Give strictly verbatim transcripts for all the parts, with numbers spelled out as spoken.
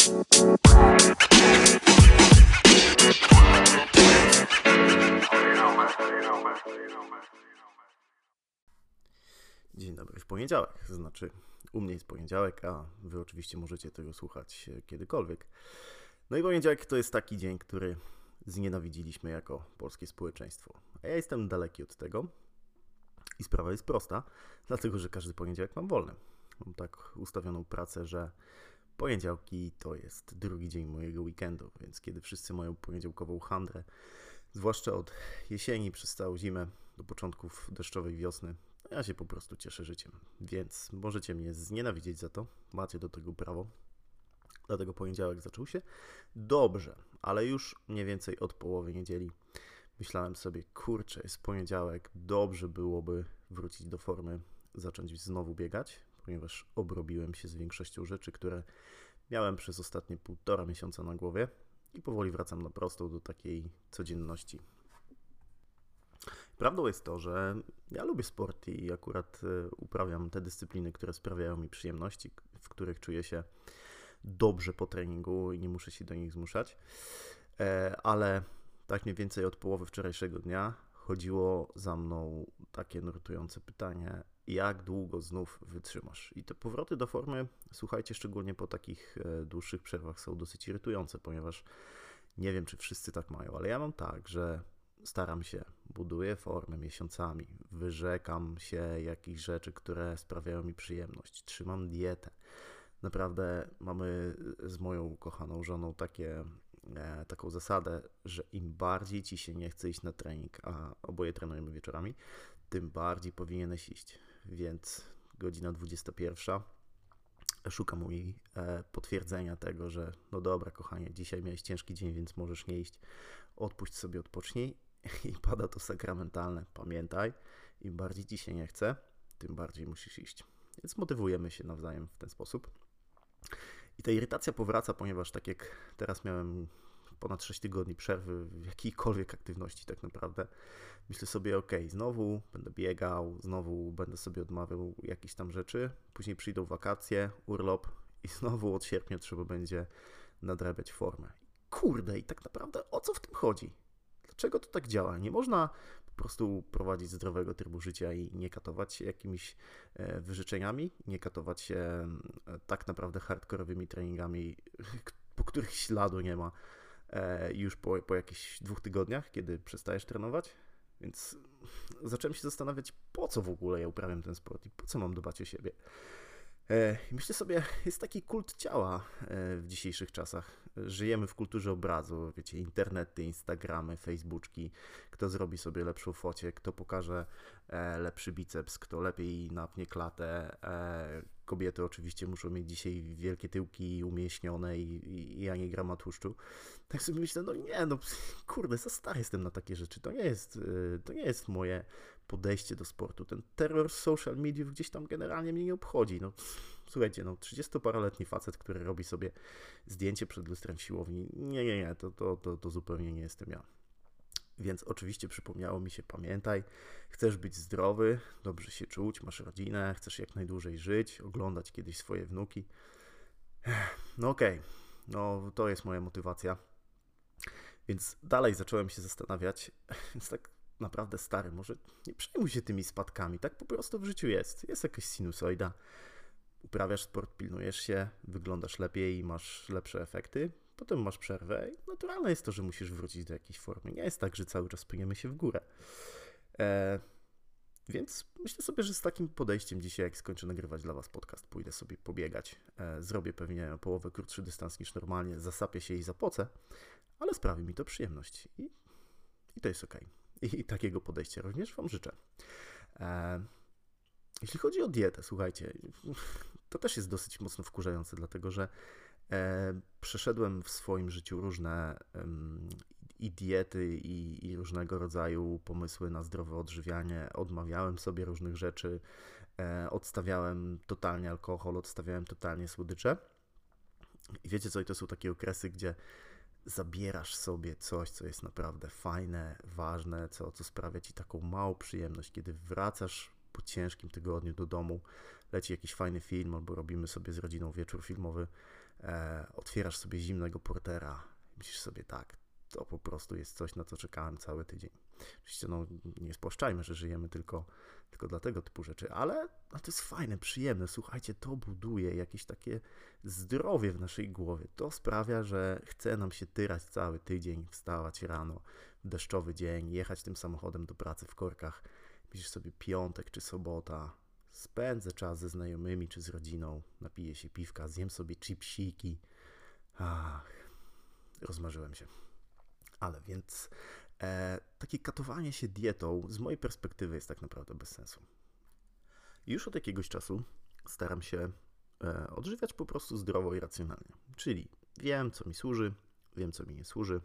Dzień dobry w poniedziałek, znaczy u mnie jest poniedziałek, a wy oczywiście możecie tego słuchać kiedykolwiek. No i poniedziałek to jest taki dzień, który znienawidziliśmy jako polskie społeczeństwo. A ja jestem daleki od tego i sprawa jest prosta, dlatego że każdy poniedziałek mam wolny. Mam tak ustawioną pracę, że poniedziałki to jest drugi dzień mojego weekendu, więc kiedy wszyscy mają poniedziałkową handrę, zwłaszcza od jesieni przez całą zimę do początków deszczowej wiosny, ja się po prostu cieszę życiem, więc możecie mnie znienawidzieć za to, macie do tego prawo. Dlatego poniedziałek zaczął się dobrze, ale już mniej więcej od połowy niedzieli myślałem sobie, kurczę, jest poniedziałek, dobrze byłoby wrócić do formy, zacząć znowu biegać, ponieważ obrobiłem się z większością rzeczy, które miałem przez ostatnie półtora miesiąca na głowie i powoli wracam na prostą do takiej codzienności. Prawdą jest to, że ja lubię sport i akurat uprawiam te dyscypliny, które sprawiają mi przyjemności, w których czuję się dobrze po treningu i nie muszę się do nich zmuszać, ale tak mniej więcej od połowy wczorajszego dnia chodziło za mną takie nurtujące pytanie, jak długo znów wytrzymasz? I te powroty do formy, słuchajcie, szczególnie po takich dłuższych przerwach są dosyć irytujące, ponieważ nie wiem, czy wszyscy tak mają, ale ja mam tak, że staram się, buduję formę miesiącami, wyrzekam się jakichś rzeczy, które sprawiają mi przyjemność, trzymam dietę. Naprawdę mamy z moją kochaną żoną takie, e, taką zasadę, że im bardziej ci się nie chce iść na trening, a oboje trenujemy wieczorami, tym bardziej powinieneś iść. Więc godzina dwudziesta pierwsza, szukam u niej e, potwierdzenia tego, że no dobra kochanie, dzisiaj miałeś ciężki dzień, więc możesz nie iść, odpuść sobie, odpocznij i pada to sakramentalne. Pamiętaj, im bardziej ci się nie chce, tym bardziej musisz iść. Więc motywujemy się nawzajem w ten sposób. I ta irytacja powraca, ponieważ tak jak teraz miałem ponad sześć tygodni przerwy w jakiejkolwiek aktywności tak naprawdę, myślę sobie, ok, znowu będę biegał, znowu będę sobie odmawiał jakichś tam rzeczy, później przyjdą wakacje, urlop i znowu od sierpnia trzeba będzie nadrabiać formę. Kurde, i tak naprawdę o co w tym chodzi? Dlaczego to tak działa? Nie można po prostu prowadzić zdrowego trybu życia i nie katować się jakimiś wyrzeczeniami, nie katować się tak naprawdę hardkorowymi treningami, po których śladu nie ma już po, po jakichś dwóch tygodniach, kiedy przestajesz trenować. Więc zacząłem się zastanawiać, po co w ogóle ja uprawiam ten sport i po co mam dbać o siebie. I myślę sobie, jest taki kult ciała w dzisiejszych czasach. Żyjemy w kulturze obrazu, wiecie, internety, instagramy, facebooczki, kto zrobi sobie lepszą fotę, kto pokaże lepszy biceps, kto lepiej napnie klatę. Kobiety oczywiście muszą mieć dzisiaj wielkie tyłki umieśnione i, i, i ani grama tłuszczu. Tak sobie myślę, no nie, no kurde, za stary jestem na takie rzeczy, to nie jest, to nie jest moje podejście do sportu. Ten terror social mediów gdzieś tam generalnie mnie nie obchodzi. No, słuchajcie, no trzydziestoparoletni facet, który robi sobie zdjęcie przed lustrem w siłowni, nie, nie, nie, to, to, to, to zupełnie nie jestem ja. Więc oczywiście przypomniało mi się, pamiętaj, chcesz być zdrowy, dobrze się czuć, masz rodzinę, chcesz jak najdłużej żyć, oglądać kiedyś swoje wnuki. No okej, okay. No to jest moja motywacja. Więc dalej zacząłem się zastanawiać, więc tak naprawdę stary, może nie przejmuj się tymi spadkami, tak po prostu w życiu jest. Jest jakaś sinusoida, uprawiasz sport, pilnujesz się, wyglądasz lepiej i masz lepsze efekty, potem masz przerwę i naturalne jest to, że musisz wrócić do jakiejś formy. Nie jest tak, że cały czas płyniemy się w górę. E, więc myślę sobie, że z takim podejściem dzisiaj, jak skończę nagrywać dla Was podcast, pójdę sobie pobiegać, e, zrobię pewnie o połowę krótszy dystans niż normalnie, zasapię się i zapocę, ale sprawi mi to przyjemność i, i to jest okej. I, I takiego podejścia również Wam życzę. E, jeśli chodzi o dietę, słuchajcie, to też jest dosyć mocno wkurzające, dlatego że e, przeszedłem w swoim życiu różne e, i diety, i, i różnego rodzaju pomysły na zdrowe odżywianie. Odmawiałem sobie różnych rzeczy, e, odstawiałem totalnie alkohol, odstawiałem totalnie słodycze. I wiecie co, i to są takie okresy, gdzie zabierasz sobie coś, co jest naprawdę fajne, ważne, co, co sprawia Ci taką małą przyjemność, kiedy wracasz po ciężkim tygodniu do domu, leci jakiś fajny film albo robimy sobie z rodziną wieczór filmowy e, otwierasz sobie zimnego portera, myślisz sobie tak, to po prostu jest coś, na co czekałem cały tydzień. Oczywiście no, nie spłaszczajmy, że żyjemy tylko, tylko dla tego typu rzeczy, ale no, to jest fajne, przyjemne. Słuchajcie, to buduje jakieś takie zdrowie w naszej głowie. To sprawia, że chce nam się tyrać cały tydzień, wstawać rano w deszczowy dzień, jechać tym samochodem do pracy w korkach. Myślisz sobie piątek czy sobota, spędzę czas ze znajomymi czy z rodziną, napiję się piwka, zjem sobie chipsiki. Ach, rozmarzyłem się. Ale więc e, takie katowanie się dietą z mojej perspektywy jest tak naprawdę bez sensu. Już od jakiegoś czasu staram się e, odżywiać po prostu zdrowo i racjonalnie. Czyli wiem, co mi służy, wiem, co mi nie służy.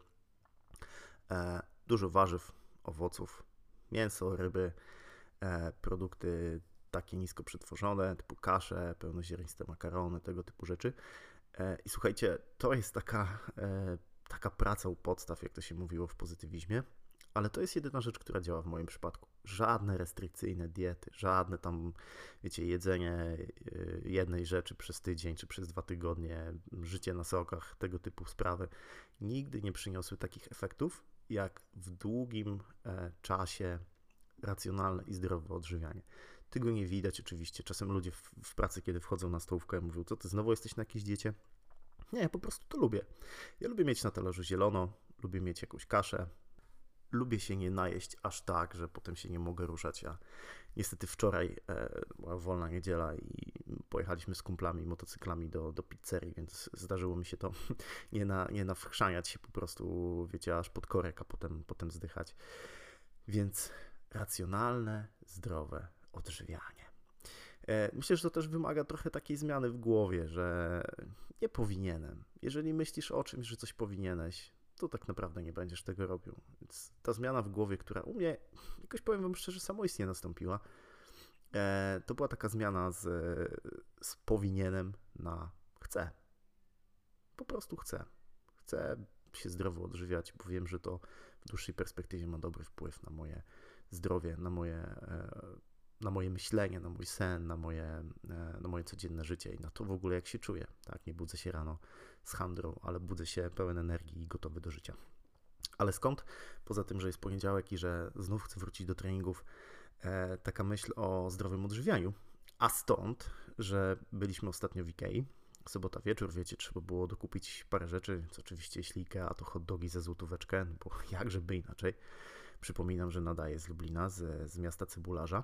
E, dużo warzyw, owoców, mięso, ryby, e, produkty takie nisko przetworzone, typu kasze, pełnoziarniste makarony, tego typu rzeczy. E, I słuchajcie, to jest taka... E, taka praca u podstaw, jak to się mówiło w pozytywizmie, ale to jest jedyna rzecz, która działa w moim przypadku. Żadne restrykcyjne diety, żadne tam, wiecie, jedzenie jednej rzeczy przez tydzień czy przez dwa tygodnie, życie na sokach, tego typu sprawy, nigdy nie przyniosły takich efektów, jak w długim czasie racjonalne i zdrowe odżywianie. Tego nie widać oczywiście. Czasem ludzie w, w pracy, kiedy wchodzą na stołówkę, mówią, co ty znowu jesteś na jakiejś diecie? Nie, po prostu to lubię. Ja lubię mieć na talerzu zielono, lubię mieć jakąś kaszę, lubię się nie najeść aż tak, że potem się nie mogę ruszać. Ja niestety wczoraj e, była wolna niedziela i pojechaliśmy z kumplami motocyklami do, do pizzerii, więc zdarzyło mi się to nie, na, nie nawchrzaniać się po prostu, wiecie, aż pod korek, a potem, potem zdychać. Więc racjonalne, zdrowe odżywianie. Myślę, że to też wymaga trochę takiej zmiany w głowie, że nie powinienem. Jeżeli myślisz o czymś, że coś powinieneś, to tak naprawdę nie będziesz tego robił. Więc ta zmiana w głowie, która u mnie, jakoś powiem wam szczerze, samoistnie nastąpiła, to była taka zmiana z, z powinienem na chcę. Po prostu chcę. Chcę się zdrowo odżywiać, bo wiem, że to w dłuższej perspektywie ma dobry wpływ na moje zdrowie, na moje na moje myślenie, na mój sen, na moje, na moje codzienne życie i na to w ogóle jak się czuję. Tak? Nie budzę się rano z handrą, ale budzę się pełen energii i gotowy do życia. Ale skąd? Poza tym, że jest poniedziałek i że znów chcę wrócić do treningów, e, taka myśl o zdrowym odżywianiu. A stąd, że byliśmy ostatnio w Ikei, sobota wieczór, wiecie, trzeba było dokupić parę rzeczy, co oczywiście jeśli Ikea, to hot dogi za złotóweczkę, bo jakżeby inaczej. Przypominam, że nadaję z Lublina, z, z miasta Cebularza.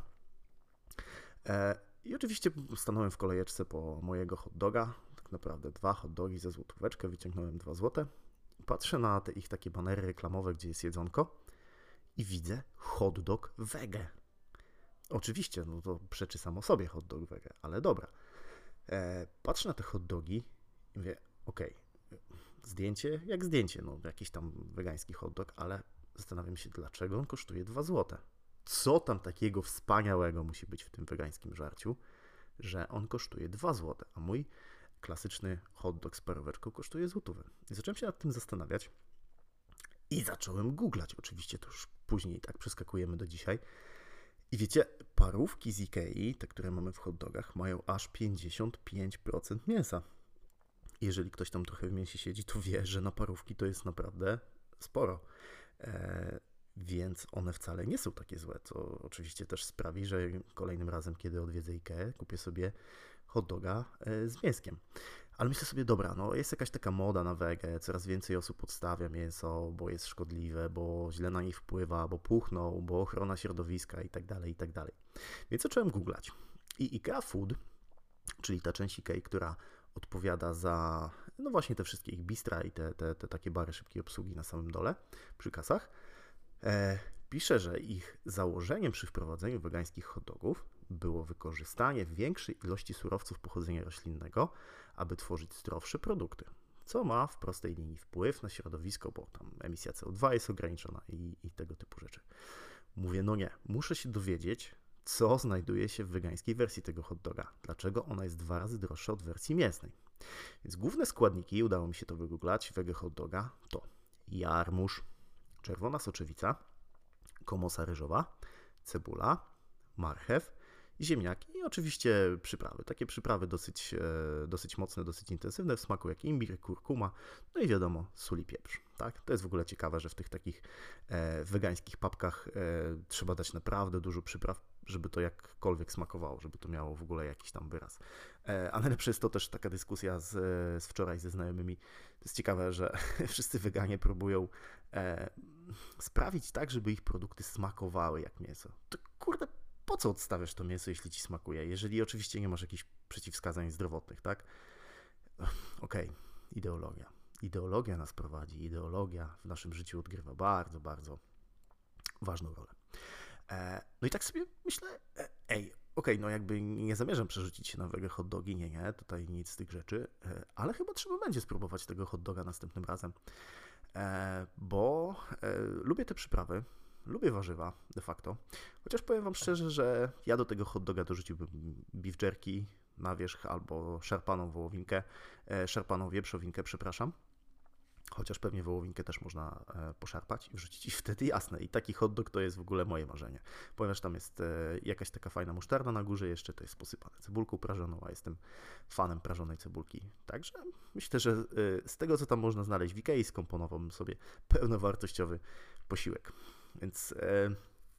I oczywiście stanąłem w kolejeczce po mojego hot doga, tak naprawdę dwa hot dogi za złotóweczkę, wyciągnąłem dwa złote. Patrzę na te ich takie banery reklamowe, gdzie jest jedzonko i widzę hot dog wege. Oczywiście, no to przeczy samo sobie hot dog wege, ale dobra. Patrzę na te hot dogi i mówię, okej, okay, zdjęcie jak zdjęcie, no jakiś tam wegański hot dog, ale zastanawiam się, dlaczego on kosztuje dwa złote. Co tam takiego wspaniałego musi być w tym wegańskim żarciu, że on kosztuje dwa złote, a mój klasyczny hot dog z paróweczką kosztuje złotówę. I zacząłem się nad tym zastanawiać i zacząłem googlać. Oczywiście to już później, tak przeskakujemy do dzisiaj. I wiecie, parówki z Ikei, te, które mamy w hot dogach, mają aż pięćdziesiąt pięć procent mięsa. Jeżeli ktoś tam trochę w mięsie siedzi, to wie, że na parówki to jest naprawdę sporo. Eee, Więc one wcale nie są takie złe, co oczywiście też sprawi, że kolejnym razem, kiedy odwiedzę Ikeę, kupię sobie hot doga z mięskiem. Ale myślę sobie, dobra, no jest jakaś taka moda na wege, coraz więcej osób odstawia mięso, bo jest szkodliwe, bo źle na nich wpływa, bo puchną, bo ochrona środowiska i tak dalej, i tak dalej. Więc zacząłem googlać. I Ikea Food, czyli ta część Ikei, która odpowiada za, no właśnie te wszystkie ich bistra i te, te, te takie bary szybkiej obsługi na samym dole, przy kasach, E, pisze, że ich założeniem przy wprowadzeniu wegańskich hot dogów było wykorzystanie większej ilości surowców pochodzenia roślinnego, aby tworzyć zdrowsze produkty, co ma w prostej linii wpływ na środowisko, bo tam emisja C O dwa jest ograniczona i, i tego typu rzeczy. Mówię, no nie, muszę się dowiedzieć, co znajduje się w wegańskiej wersji tego hot doga, dlaczego ona jest dwa razy droższa od wersji mięsnej. Więc główne składniki, udało mi się to wygooglać, wege hot doga to jarmuż, czerwona soczewica, komosa ryżowa, cebula, marchew ziemniaki i oczywiście przyprawy. Takie przyprawy dosyć, e, dosyć mocne, dosyć intensywne w smaku, jak imbir, kurkuma, no i wiadomo, sól i pieprz. Tak? To jest w ogóle ciekawe, że w tych takich e, wegańskich papkach e, trzeba dać naprawdę dużo przypraw, żeby to jakkolwiek smakowało, żeby to miało w ogóle jakiś tam wyraz. E, a najlepsze jest to też taka dyskusja z, z wczoraj ze znajomymi. To jest ciekawe, że wszyscy weganie próbują e, sprawić tak, żeby ich produkty smakowały jak mięso. To kurde, po co odstawiasz to mięso, jeśli ci smakuje? Jeżeli oczywiście nie masz jakichś przeciwwskazań zdrowotnych, tak? Okej, okay. Ideologia. Ideologia nas prowadzi. Ideologia w naszym życiu odgrywa bardzo, bardzo ważną rolę. E, no i tak sobie myślę, e, ej, okej, okay, no jakby nie zamierzam przerzucić się na wege hot dogi, nie, nie, tutaj nic z tych rzeczy, e, ale chyba trzeba będzie spróbować tego hot doga następnym razem, e, bo e, lubię te przyprawy. Lubię warzywa, de facto. Chociaż powiem wam szczerze, że ja do tego hot doga dorzuciłbym beef jerky na wierzch albo szarpaną wołowinkę, e, szarpaną wieprzowinkę, przepraszam. Chociaż pewnie wołowinkę też można e, poszarpać i wrzucić i wtedy jasne. I taki hot dog to jest w ogóle moje marzenie. Ponieważ tam jest e, jakaś taka fajna musztarda na górze, jeszcze to jest posypane cebulką prażoną, a jestem fanem prażonej cebulki. Także myślę, że e, z tego, co tam można znaleźć w Ikei, skomponowałbym sobie pełnowartościowy posiłek. Więc e,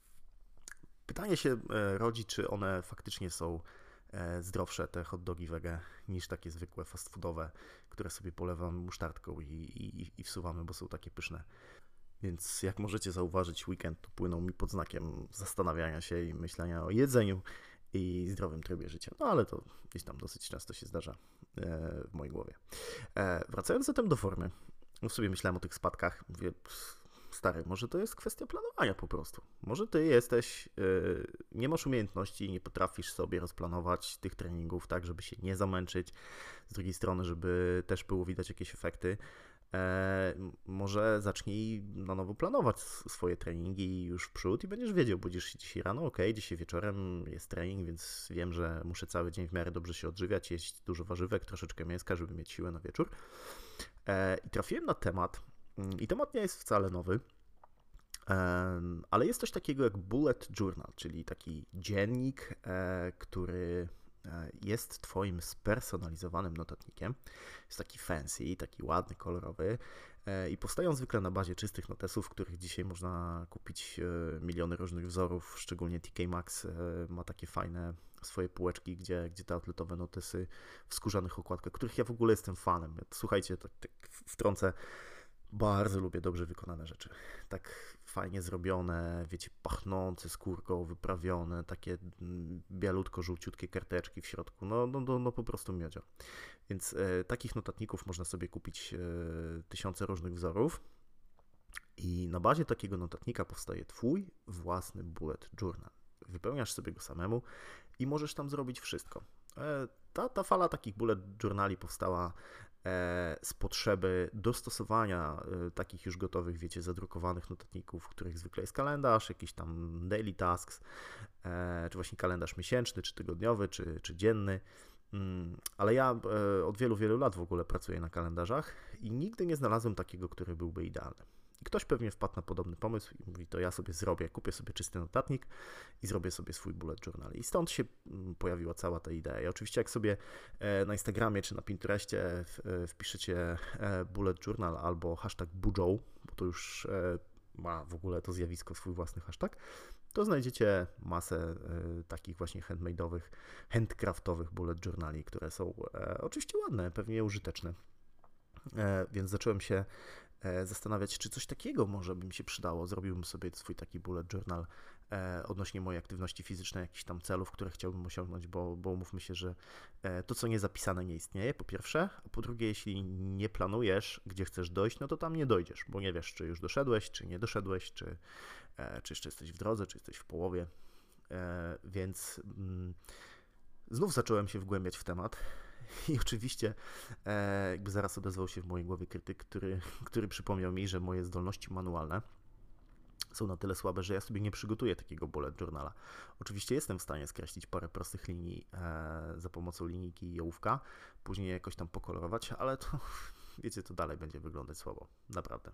pytanie się e, rodzi, czy one faktycznie są e, zdrowsze, te hot dogi wege, niż takie zwykłe fast foodowe, które sobie polewamy musztardką i, i, i wsuwamy, bo są takie pyszne. Więc jak możecie zauważyć, weekend tu płynął mi pod znakiem zastanawiania się i myślenia o jedzeniu i zdrowym trybie życia. No ale to gdzieś tam dosyć często się zdarza e, w mojej głowie. E, wracając zatem do formy, no sobie myślałem o tych spadkach, mówię, stary, może to jest kwestia planowania po prostu. Może ty jesteś, yy, nie masz umiejętności i nie potrafisz sobie rozplanować tych treningów tak, żeby się nie zamęczyć. Z drugiej strony, żeby też było widać jakieś efekty. E, może zacznij na nowo planować swoje treningi już w przód i będziesz wiedział, budzisz się dzisiaj rano, ok, dzisiaj wieczorem jest trening, więc wiem, że muszę cały dzień w miarę dobrze się odżywiać, jeść dużo warzywek, troszeczkę mięska, żeby mieć siłę na wieczór. E, I trafiłem na temat, i temat nie jest wcale nowy, ale jest coś takiego jak bullet journal, czyli taki dziennik, który jest twoim spersonalizowanym notatnikiem. Jest taki fancy, taki ładny, kolorowy i powstają zwykle na bazie czystych notesów, których dzisiaj można kupić miliony różnych wzorów, szczególnie T K Maxx ma takie fajne swoje półeczki, gdzie, gdzie te atletowe notesy w skórzanych okładkach, których ja w ogóle jestem fanem. Słuchajcie, tak, tak wtrącę, bardzo lubię dobrze wykonane rzeczy. Tak fajnie zrobione, wiecie, pachnące skórką, wyprawione, takie bialutko-żółciutkie karteczki w środku. No, no, no, no po prostu miodzio. Więc e, takich notatników można sobie kupić e, tysiące różnych wzorów. I na bazie takiego notatnika powstaje twój własny bullet journal. Wypełniasz sobie go samemu i możesz tam zrobić wszystko. E, ta, ta fala takich bullet journali powstała z potrzeby dostosowania takich już gotowych, wiecie, zadrukowanych notatników, w których zwykle jest kalendarz, jakiś tam daily tasks, czy właśnie kalendarz miesięczny, czy tygodniowy, czy, czy dzienny. Ale ja od wielu, wielu lat w ogóle pracuję na kalendarzach i nigdy nie znalazłem takiego, który byłby idealny. I ktoś pewnie wpadł na podobny pomysł i mówi, to ja sobie zrobię, kupię sobie czysty notatnik i zrobię sobie swój bullet journal. I stąd się pojawiła cała ta idea. I oczywiście jak sobie na Instagramie czy na Pinterestie wpiszecie bullet journal albo hashtag bujoł, bo to już ma w ogóle to zjawisko swój własny hashtag, to znajdziecie masę takich właśnie handmade'owych, handcraftowych bullet journali, które są oczywiście ładne, pewnie użyteczne. Więc zacząłem się zastanawiać, czy coś takiego może by mi się przydało. Zrobiłbym sobie swój taki bullet journal odnośnie mojej aktywności fizycznej, jakichś tam celów, które chciałbym osiągnąć, bo, bo umówmy się, że to, co nie zapisane, nie istnieje, po pierwsze, a po drugie, jeśli nie planujesz, gdzie chcesz dojść, no to tam nie dojdziesz, bo nie wiesz, czy już doszedłeś, czy nie doszedłeś, czy, czy jeszcze jesteś w drodze, czy jesteś w połowie, więc znów zacząłem się wgłębiać w temat. I oczywiście e, jakby zaraz odezwał się w mojej głowie krytyk, który, który przypomniał mi, że moje zdolności manualne są na tyle słabe, że ja sobie nie przygotuję takiego bullet journala. Oczywiście jestem w stanie skreślić parę prostych linii e, za pomocą linijki i ołówka, później jakoś tam pokolorować, ale to, wiecie, to dalej będzie wyglądać słabo. Naprawdę.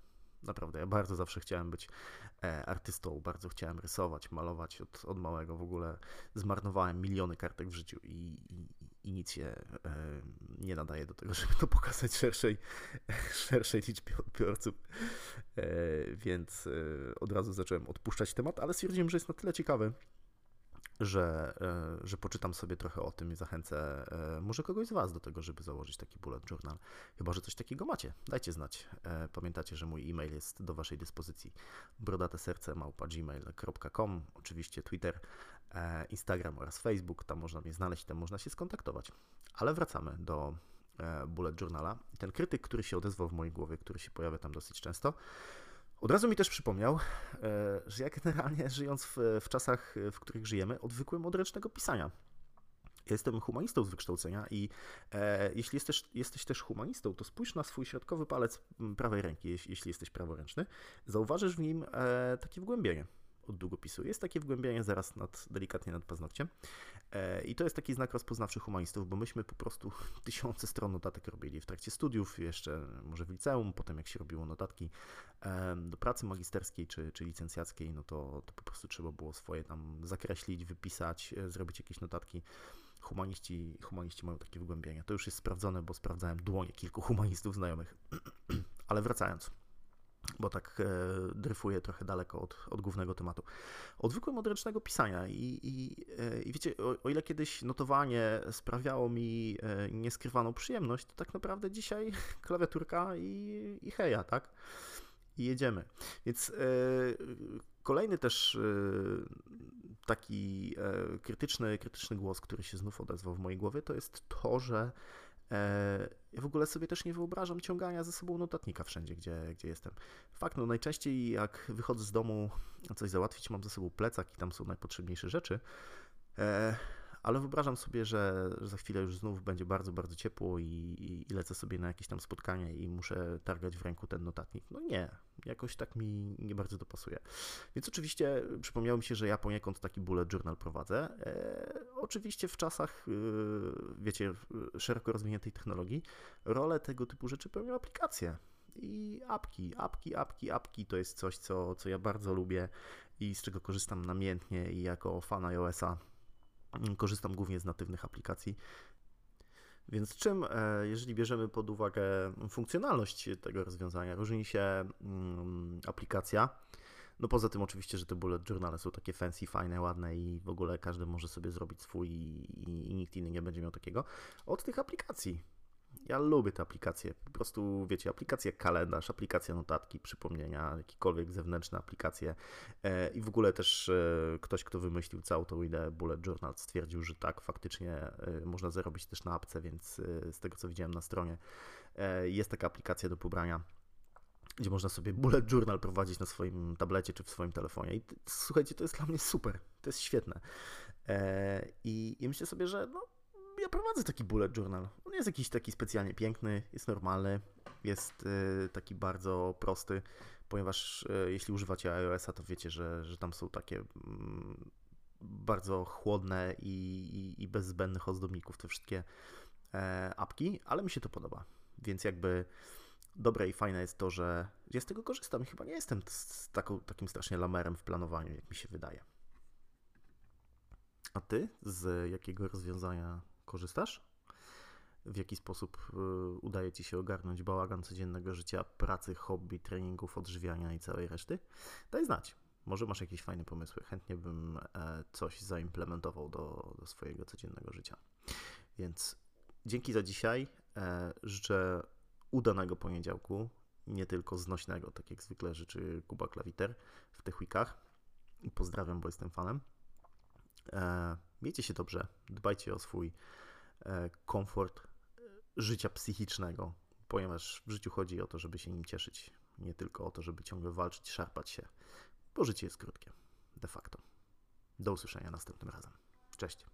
Naprawdę, ja bardzo zawsze chciałem być e, artystą, bardzo chciałem rysować, malować od, od małego. W ogóle zmarnowałem miliony kartek w życiu i, i, i nic się e, nie nadaje do tego, żeby to pokazać szerszej, szerszej liczbie odbiorców. E, więc e, od razu zacząłem odpuszczać temat, ale stwierdziłem, że jest na tyle ciekawy, że, e, że poczytam sobie trochę o tym i zachęcę e, może kogoś z Was do tego, żeby założyć taki bullet journal. Chyba że coś takiego macie, dajcie znać. E, Pamiętacie, że mój e-mail jest do Waszej dyspozycji brodateserce małpa gmail kropka com, oczywiście Twitter, e, Instagram oraz Facebook, tam można mnie znaleźć, tam można się skontaktować. Ale wracamy do e, bullet journala. Ten krytyk, który się odezwał w mojej głowie, który się pojawia tam dosyć często, od razu mi też przypomniał, że ja generalnie żyjąc w, w czasach, w których żyjemy, odwykłem od ręcznego pisania. Ja jestem humanistą z wykształcenia i e, jeśli jesteś, jesteś też humanistą, to spójrz na swój środkowy palec prawej ręki, jeśli, jeśli jesteś praworęczny, zauważysz w nim e, takie wgłębienie od długopisu. Jest takie wgłębienie zaraz nad, delikatnie nad paznokciem e, i to jest taki znak rozpoznawczy humanistów, bo myśmy po prostu tysiące stron notatek robili w trakcie studiów, jeszcze może w liceum, potem jak się robiło notatki e, do pracy magisterskiej czy, czy licencjackiej, no to, to po prostu trzeba było swoje tam zakreślić, wypisać, e, zrobić jakieś notatki. Humaniści, humaniści mają takie wgłębienia. To już jest sprawdzone, bo sprawdzałem dłonie kilku humanistów znajomych. Ale wracając, bo tak e, dryfuję trochę daleko od, od głównego tematu. Odwykłem od ręcznego pisania i, i, e, i wiecie, o, o ile kiedyś notowanie sprawiało mi e, nieskrywaną przyjemność, to tak naprawdę dzisiaj klawiaturka i, i heja, tak? I jedziemy. Więc e, kolejny też e, taki e, krytyczny, krytyczny głos, który się znów odezwał w mojej głowie, to jest to, że e, ja w ogóle sobie też nie wyobrażam ciągania ze sobą notatnika wszędzie, gdzie, gdzie jestem. Fakt, no najczęściej jak wychodzę z domu coś załatwić, mam ze sobą plecak i tam są najpotrzebniejsze rzeczy, e, ale wyobrażam sobie, że, że za chwilę już znów będzie bardzo, bardzo ciepło i, i, i lecę sobie na jakieś tam spotkanie i muszę targać w ręku ten notatnik. No nie, jakoś tak mi nie bardzo to pasuje. Więc oczywiście przypomniało mi się, że ja poniekąd taki bullet journal prowadzę. E, oczywiście w czasach, e, wiecie, szeroko rozwiniętej technologii rolę tego typu rzeczy pełnią aplikacje. I apki, apki, apki, apki to jest coś, co, co ja bardzo lubię i z czego korzystam namiętnie i jako fan iOS-a korzystam głównie z natywnych aplikacji. Więc czym, jeżeli bierzemy pod uwagę funkcjonalność tego rozwiązania, różni się aplikacja, no poza tym oczywiście, że te bullet journale są takie fancy, fajne, ładne i w ogóle każdy może sobie zrobić swój i, i nikt inny nie będzie miał takiego, od tych aplikacji. Ja lubię te aplikacje, po prostu wiecie, aplikacje jak kalendarz, aplikacja notatki, przypomnienia, jakiekolwiek zewnętrzne aplikacje e, i w ogóle też e, ktoś, kto wymyślił całą tą ideę bullet journal stwierdził, że tak, faktycznie e, można zarobić też na apce, więc e, z tego co widziałem na stronie e, jest taka aplikacja do pobrania, gdzie można sobie bullet journal prowadzić na swoim tablecie czy w swoim telefonie i t- słuchajcie, to jest dla mnie super, to jest świetne e, i, i myślę sobie, że no ja prowadzę taki bullet journal. On jest jakiś taki specjalnie piękny, jest normalny, jest y, taki bardzo prosty, ponieważ y, jeśli używacie iOS-a, to wiecie, że, że tam są takie y, bardzo chłodne i, i, i bez zbędnych ozdobników te wszystkie e, apki, ale mi się to podoba. Więc jakby dobre i fajne jest to, że ja z tego korzystam i chyba nie jestem z taką, takim strasznie lamerem w planowaniu, jak mi się wydaje. A ty z jakiego rozwiązania korzystasz? W jaki sposób udaje Ci się ogarnąć bałagan codziennego życia, pracy, hobby, treningów, odżywiania i całej reszty? Daj znać. Może masz jakieś fajne pomysły. Chętnie bym coś zaimplementował do, do swojego codziennego życia. Więc dzięki za dzisiaj. Życzę udanego poniedziałku, nie tylko znośnego, tak jak zwykle życzy Kuba Klawiter w tych weekach. Pozdrawiam, bo jestem fanem. Miejcie się dobrze, dbajcie o swój komfort życia psychicznego, ponieważ w życiu chodzi o to, żeby się nim cieszyć, nie tylko o to, żeby ciągle walczyć, szarpać się, bo życie jest krótkie, de facto. Do usłyszenia następnym razem. Cześć.